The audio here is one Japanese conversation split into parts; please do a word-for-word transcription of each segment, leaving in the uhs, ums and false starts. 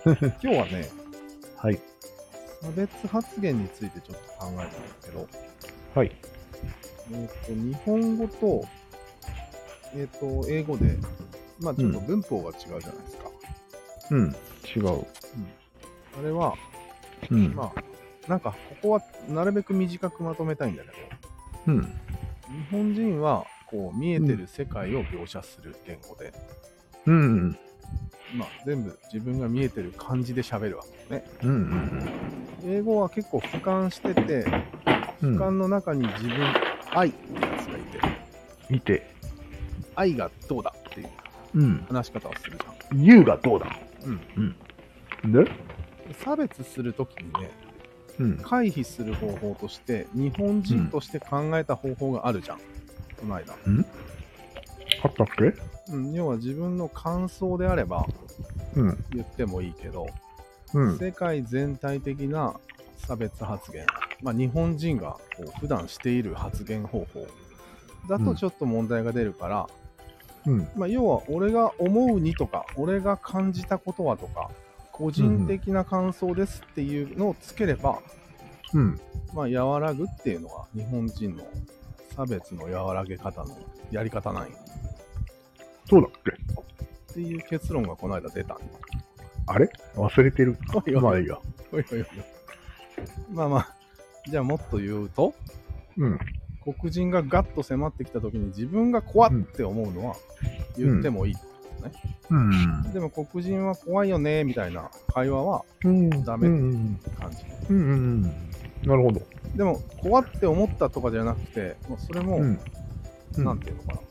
今日はね、 はい。 差別発言についてちょっと考えたんですけど、 はい。 えっ、と、日本語と、えっ、と、英語で、まあちょっと文法が違うじゃないですか。 うん。違う。 うん。あれは、 うん。 まあ、なんか、ここはなるべく短くまとめたいんだけど、 うん。 日本人は、こう、見えてる世界を描写する言語で、 うん。 まあ、全部自分が見えてる感じで喋るわけね。 うん。うん英語は結構俯瞰してて、 うん。 俯瞰の中に自分、愛ってやつがいて、 見て。 愛がどうだっていううん。 話し方をするじゃん。 You がどうだ。 うんうん。で差別するときにね、 うん。 回避する方法として日本人として考えた方法があるじゃん、この間。 うん。あったっけ？ うん、要は自分の感想であればうん。 言ってもいいけど、 うん。 世界全体的な差別発言、まあ、日本人がこう普段している発言方法だとちょっと問題が出るから、 うん。 まあ、要は俺が思うにとか俺が感じたことはとか個人的な感想ですっていうのをつければ、 うん。 まあ和らぐっていうのが日本人の差別の和らげ方のやり方なんよそうだっけ？ っていう結論がこの間出たんよ。 あれ忘れてる。 おいおいまあいいや。 おいおいおいまあまあ、じゃあもっと言うと、 うん。 黒人がガッと迫ってきた時に自分が怖って思うのは言ってもいい、 うん。 でも黒人は怖いよねみたいな会話はうん。 ダメってうん。 感じ。 うん。うん。なるほど。 でも怖って思ったとかじゃなくて、もうそれも、 うん。うん。 なんていうのかな、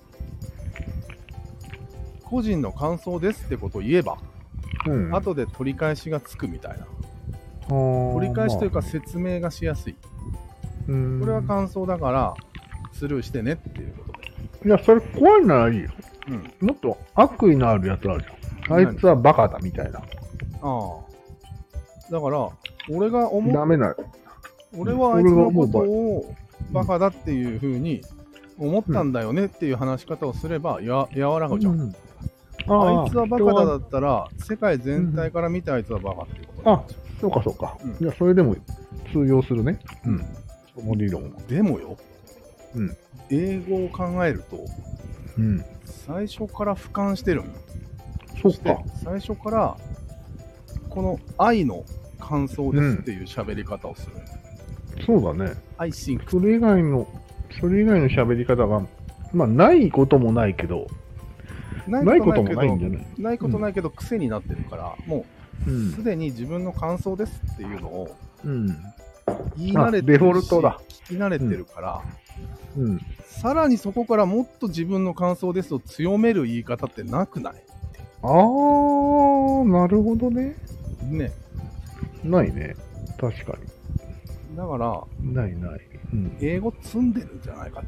個人の感想ですってことを言えば、 うん。 後で取り返しがつくみたいな。 取取り返しというか説明がしやすい。 まあ、うん。 これは感想だからスルーしてねっていうことで。 いや、それ怖いならいいよ。 うん。 もっと悪意のあるやつあるじゃん。あいつはバカだみたいな。 ああ。だから俺が思っダメな。 俺はあいつのことをバカだっていう風に思ったんだよねっていう話し方をすればや和らぐじゃん。 うんあいつはバカだだったら世界全体から見てあいつはバカっていうことあ、そうかそうか。 うんいや、それでも通用するね。 うん。 その理論は。 でもよ、 うん。 英語を考えるとうん。 最初から俯瞰してるんよ。 そっしてか。 最初からこの愛の感想ですっていう喋り方をする、 そうだね。 I think それ以外の、それ以外の喋り方が、まあ、ないこともないけど、ないこともないんじゃない？ ないことないけど癖になってるから、もううすでに自分の感想ですっていうのをうん。 言い慣れてデフォるし、 ルトだ。 聞き慣れてるから、 うん。 さらにそこからもっと自分の感想ですを強める言い方ってなくない？ あー、なるほどね。 ね。 ないね。確かだからに。ないない。うん。 英語積んでるんじゃないかと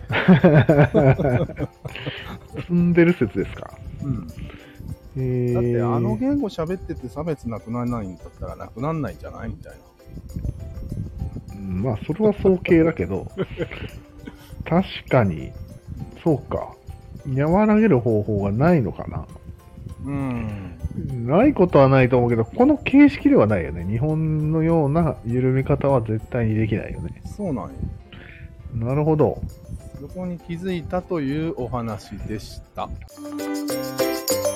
積んでる説ですか。 思って。うん。 えー、 だってあの言語喋ってて差別なくならないんだったらなくなんないんじゃないみたいな。 うんまあ、それは早計だけど、確かに、そうか。和らげる方法がないのかな。 うん。 ないことはないと思うけど、この形式ではないよね。日本のような緩め方は絶対にできないよね。 そうなんよ。 なるほど。 そこに気づいたというお話でした。